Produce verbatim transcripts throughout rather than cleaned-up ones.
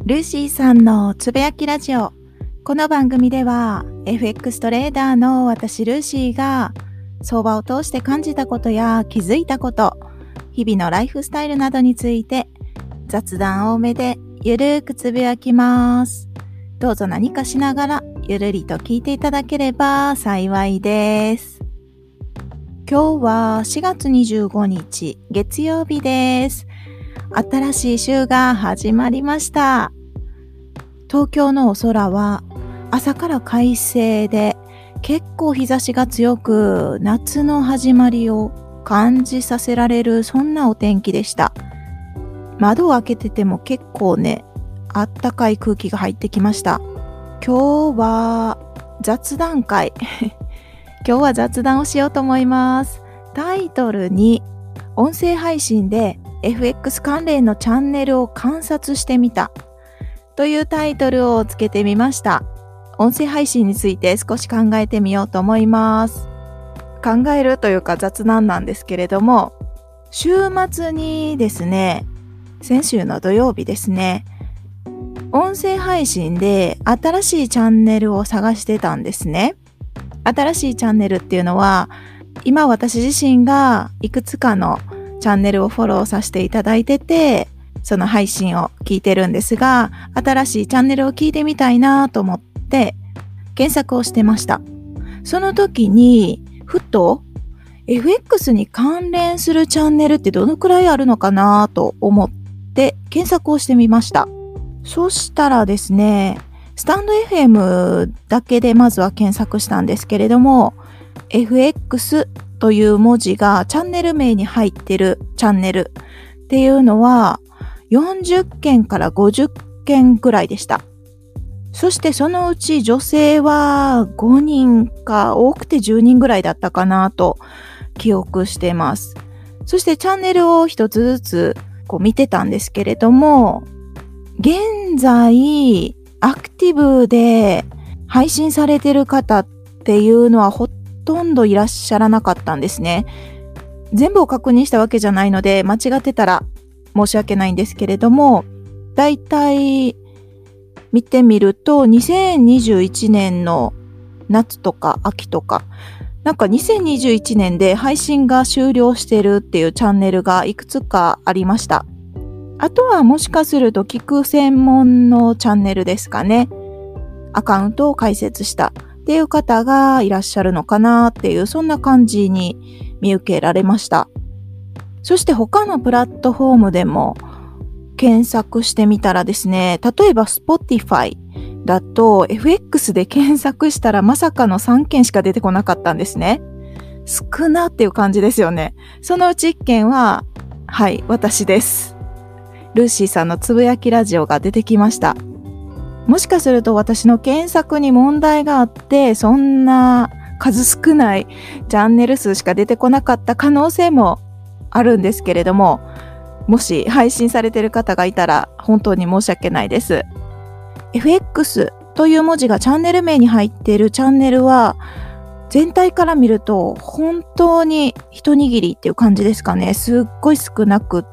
ルーシーさんのつぶやきラジオ。この番組では エフエックス トレーダーの私ルーシーが相場を通して感じたことや気づいたこと、日々のライフスタイルなどについて雑談多めでゆるーくつぶやきます。どうぞ何かしながらゆるりと聞いていただければ幸いです。今日はしがつにじゅうごにち月曜日です。新しい週が始まりました。東京のお空は朝から快晴で結構日差しが強く夏の始まりを感じさせられるそんなお天気でした。窓を開けてても結構ね、あったかい空気が入ってきました。今日は雑談会今日は雑談をしようと思います。タイトルに音声配信で エフエックス 関連のチャンネルを観察してみたというタイトルをつけてみました。音声配信について少し考えてみようと思います。考えるというか雑談なんですけれども、週末にですね、先週の土曜日ですね、音声配信で新しいチャンネルを探してたんですね。新しいチャンネルっていうのは、今私自身がいくつかのチャンネルをフォローさせていただいてて、その配信を聞いてるんですが、新しいチャンネルを聞いてみたいなと思って検索をしてました。その時にふと エフエックス に関連するチャンネルってどのくらいあるのかなと思って検索をしてみました。そしたらですね、スタンド エフエム だけでまずは検索したんですけれども、 エフエックス という文字がチャンネル名に入ってるチャンネルっていうのはよんじゅっけんからごじゅっけんぐらいでした。そしてそのうち女性はごにんか多くてじゅうにんぐらいだったかなと記憶してます。そしてチャンネルを一つずつこう見てたんですけれども、現在アクティブで配信されてる方っていうのはほとんどいらっしゃらなかったんですね。全部を確認したわけじゃないので間違ってたら申し訳ないんですけれども、だいたい見てみるとにせんにじゅういちねんの夏とか秋とか、なんかにせんにじゅういちねんで配信が終了してるっていうチャンネルがいくつかありました。あとはもしかすると聞く専門のチャンネルですかね。アカウントを開設したっていう方がいらっしゃるのかなっていう、そんな感じに見受けられました。そして他のプラットフォームでも検索してみたらですね、例えば Spotify だと エフエックス で検索したらまさかのさんけんしか出てこなかったんですね。少なっていう感じですよね。そのうちいっけんは、はい、私です。ルーシーさんのつぶやきラジオが出てきました。もしかすると私の検索に問題があって、そんな数少ないチャンネル数しか出てこなかった可能性もあるんですけれども、もし配信されている方がいたら本当に申し訳ないです。エフエックス という文字がチャンネル名に入っているチャンネルは全体から見ると本当に一握りっていう感じですかね。すっごい少なくって、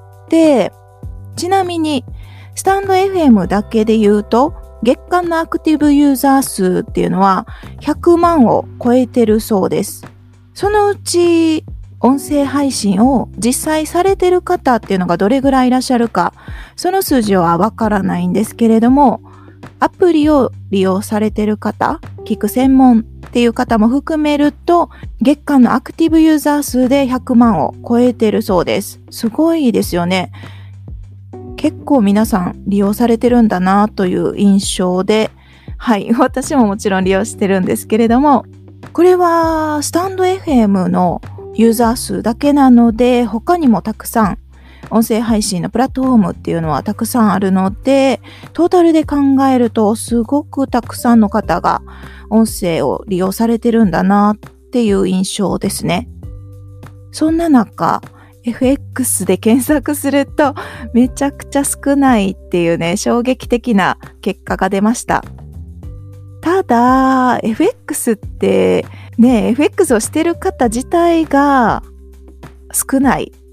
ちなみにスタンド エフエム だけで言うと月間のアクティブユーザー数っていうのはひゃくまんを超えてるそうです。そのうち音声配信を実際されてる方っていうのがどれぐらいいらっしゃるか、その数字はわからないんですけれども、アプリを利用されてる方、聞く専門っていう方も含めると月間のアクティブユーザー数でひゃくまんを超えてるそうです。すごいですよね。結構皆さん利用されてるんだなという印象で、はい、私ももちろん利用してるんですけれども、これはスタンド エフエム のユーザー数だけなので、他にもたくさん音声配信のプラットフォームっていうのはたくさんあるので、トータルで考えるとすごくたくさんの方が音声を利用されてるんだなっていう印象ですね。そんな中、エフエックス で検索するとめちゃくちゃ少ないっていうね、衝撃的な結果が出ました。ただ エフエックス ってね、エフエックス をしてる方自体が少ない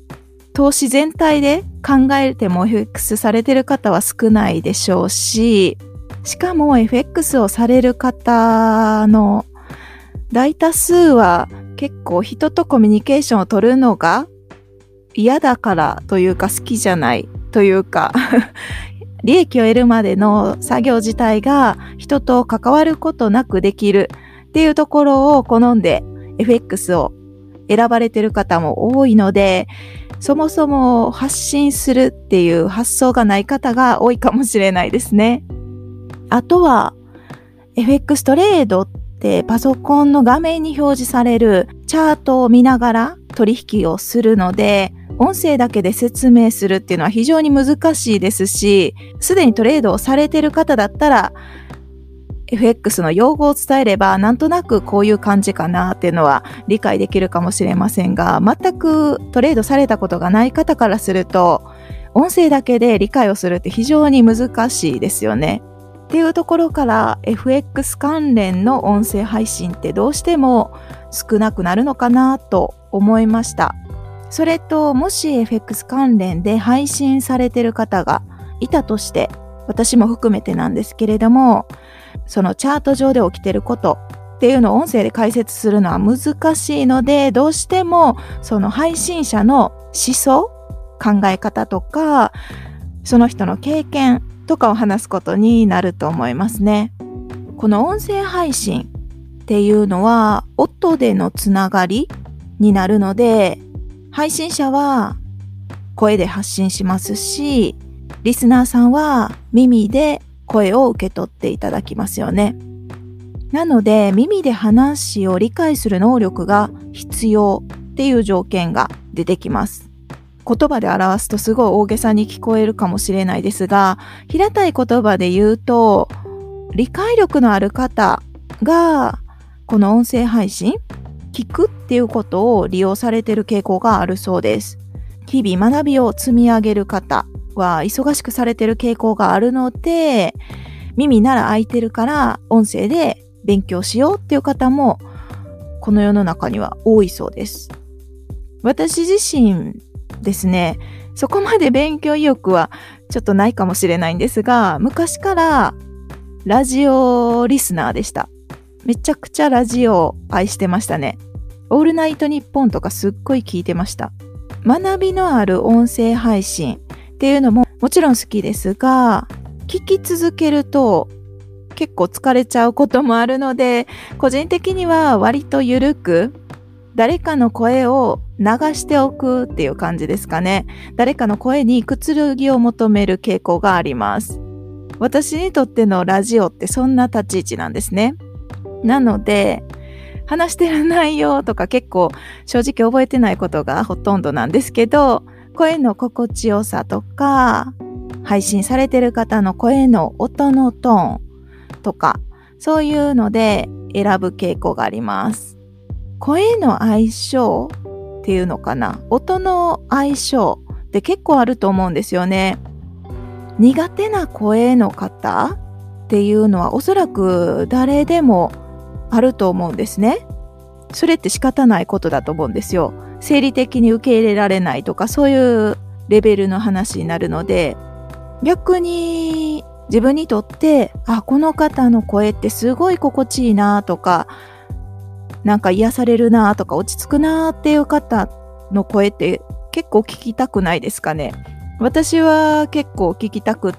投資全体で考えても エフエックス されてる方は少ないでしょうし、しかも エフエックス をされる方の大多数は結構人とコミュニケーションを取るのが嫌だからというか好きじゃないというか利益を得るまでの作業自体が人と関わることなくできるっていうところを好んで エフエックス を選ばれてる方も多いので、そもそも発信するっていう発想がない方が多いかもしれないですね。あとは エフエックス トレードってパソコンの画面に表示されるチャートを見ながら取引をするので、音声だけで説明するっていうのは非常に難しいですし、すでにトレードをされてる方だったら エフエックス の用語を伝えればなんとなくこういう感じかなっていうのは理解できるかもしれませんが、全くトレードされたことがない方からすると音声だけで理解をするって非常に難しいですよね。っていうところから エフエックス 関連の音声配信ってどうしても少なくなるのかなと思いました。それと、もし エフエックス 関連で配信されてる方がいたとして、私も含めてなんですけれども、そのチャート上で起きてることっていうのを音声で解説するのは難しいので、どうしてもその配信者の思想、考え方とか、その人の経験とかを話すことになると思いますね。この音声配信っていうのは音でのつながりになるので、配信者は声で発信しますし、リスナーさんは耳で声を受け取っていただきますよね。なので耳で話を理解する能力が必要っていう条件が出てきます。言葉で表すとすごい大げさに聞こえるかもしれないですが、平たい言葉で言うと、理解力のある方がこの音声配信聞くっていうことを利用されている傾向があるそうです。日々学びを積み上げる方は忙しくされている傾向があるので、耳なら開いてるから音声で勉強しようっていう方もこの世の中には多いそうです。私自身ですね、そこまで勉強意欲はちょっとないかもしれないんですが、昔からラジオリスナーでした。めちゃくちゃラジオを愛してましたね。オールナイトニッポンとかすっごい聞いてました。学びのある音声配信っていうのももちろん好きですが、聞き続けると結構疲れちゃうこともあるので、個人的には割とゆるく誰かの声を流しておくっていう感じですかね。誰かの声にくつろぎを求める傾向があります。私にとってのラジオってそんな立ち位置なんですね。なので、話してる内容とか結構正直覚えてないことがほとんどなんですけど、声の心地よさとか、配信されてる方の声の音のトーンとか、そういうので選ぶ傾向があります。声の相性っていうのかな、音の相性って結構あると思うんですよね。苦手な声の方っていうのはおそらく誰でもあると思うんですね。それって仕方ないことだと思うんですよ。生理的に受け入れられないとかそういうレベルの話になるので、逆に自分にとってあこの方の声ってすごい心地いいなとか、なんか癒されるなとか落ち着くなっていう方の声って結構聞きたくないですかね。私は結構聞きたくって、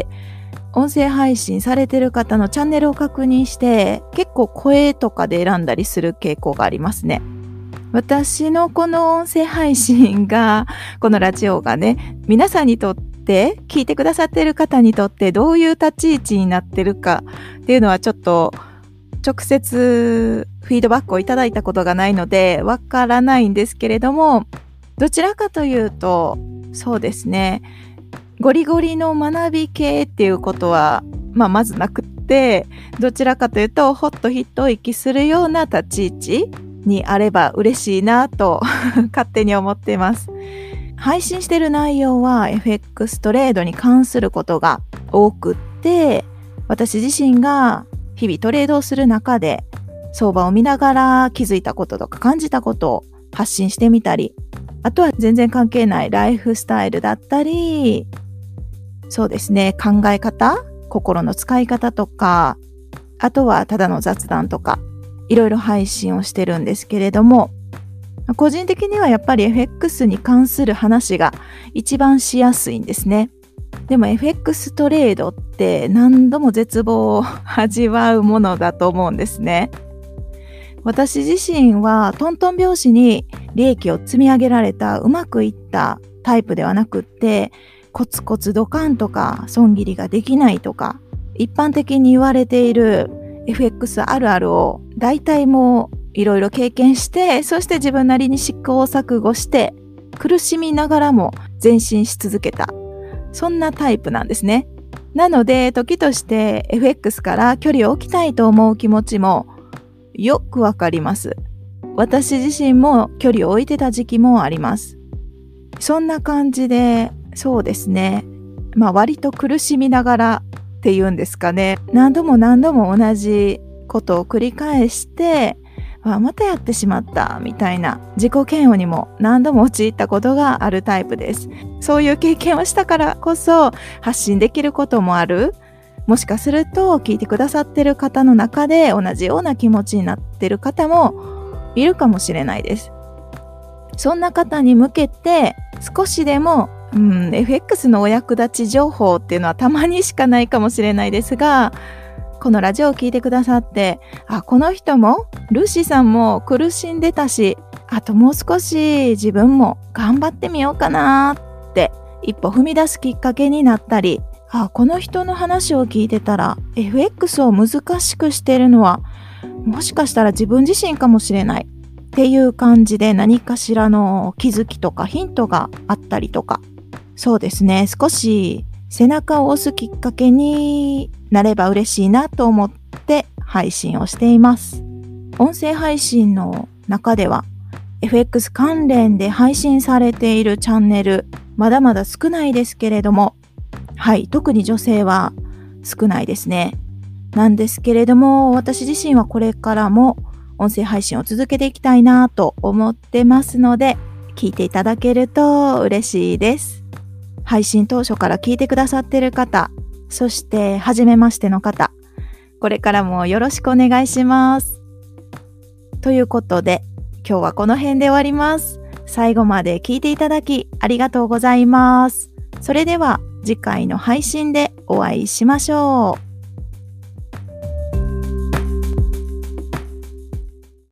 音声配信されてる方のチャンネルを確認して結構声とかで選んだりする傾向がありますね。私のこの音声配信が、このラジオがね、皆さんにとって聞いてくださっている方にとってどういう立ち位置になってるかっていうのはちょっと直接フィードバックをいただいたことがないのでわからないんですけれども、どちらかというとそうですね、ゴリゴリの学び系っていうことは、まあ、まずなくって、どちらかというとほっと一息するような立ち位置にあれば嬉しいなと勝手に思っています。配信している内容は エフエックス トレードに関することが多くって、私自身が日々トレードをする中で相場を見ながら気づいたこととか感じたことを発信してみたり、 あとは全然関係ないライフスタイルだったり、そうですね、考え方、心の使い方とか、あとはただの雑談とか、いろいろ配信をしてるんですけれども、個人的にはやっぱり エフエックス に関する話が一番しやすいんですね。でも エフエックス トレードって何度も絶望を味わうものだと思うんですね。私自身はトントン拍子に利益を積み上げられたうまくいったタイプではなくって、コツコツドカンとか損切りができないとか、一般的に言われている エフエックス あるあるを大体もういろいろ経験して、そして自分なりに試行錯誤して苦しみながらも前進し続けた、そんなタイプなんですね。なので時として エフエックス から距離を置きたいと思う気持ちもよくわかります。私自身も距離を置いてた時期もあります。そんな感じで、そうですね、まあ割と苦しみながらっていうんですかね、何度も何度も同じことを繰り返して、あ、またやってしまったみたいな自己嫌悪にも何度も陥ったことがあるタイプです。そういう経験をしたからこそ発信できることもある。もしかすると聞いてくださってる方の中で同じような気持ちになってる方もいるかもしれないです。そんな方に向けて少しでも、うん、エフエックス のお役立ち情報っていうのはたまにしかないかもしれないですが、このラジオを聞いてくださって、あ、この人もルーシーさんも苦しんでたし、あともう少し自分も頑張ってみようかなって一歩踏み出すきっかけになったり、あ、この人の話を聞いてたら エフエックス を難しくしているのはもしかしたら自分自身かもしれないっていう感じで、何かしらの気づきとかヒントがあったりとか、そうですね、少し背中を押すきっかけになれば嬉しいなと思って配信をしています。音声配信の中では エフエックス 関連で配信されているチャンネルまだまだ少ないですけれども、はい、特に女性は少ないですね。なんですけれども、私自身はこれからも音声配信を続けていきたいなと思ってますので、聞いていただけると嬉しいです。配信当初から聞いてくださっている方、そして初めましての方、これからもよろしくお願いします。ということで、今日はこの辺で終わります。最後まで聞いていただきありがとうございます。それでは次回の配信でお会いしましょう。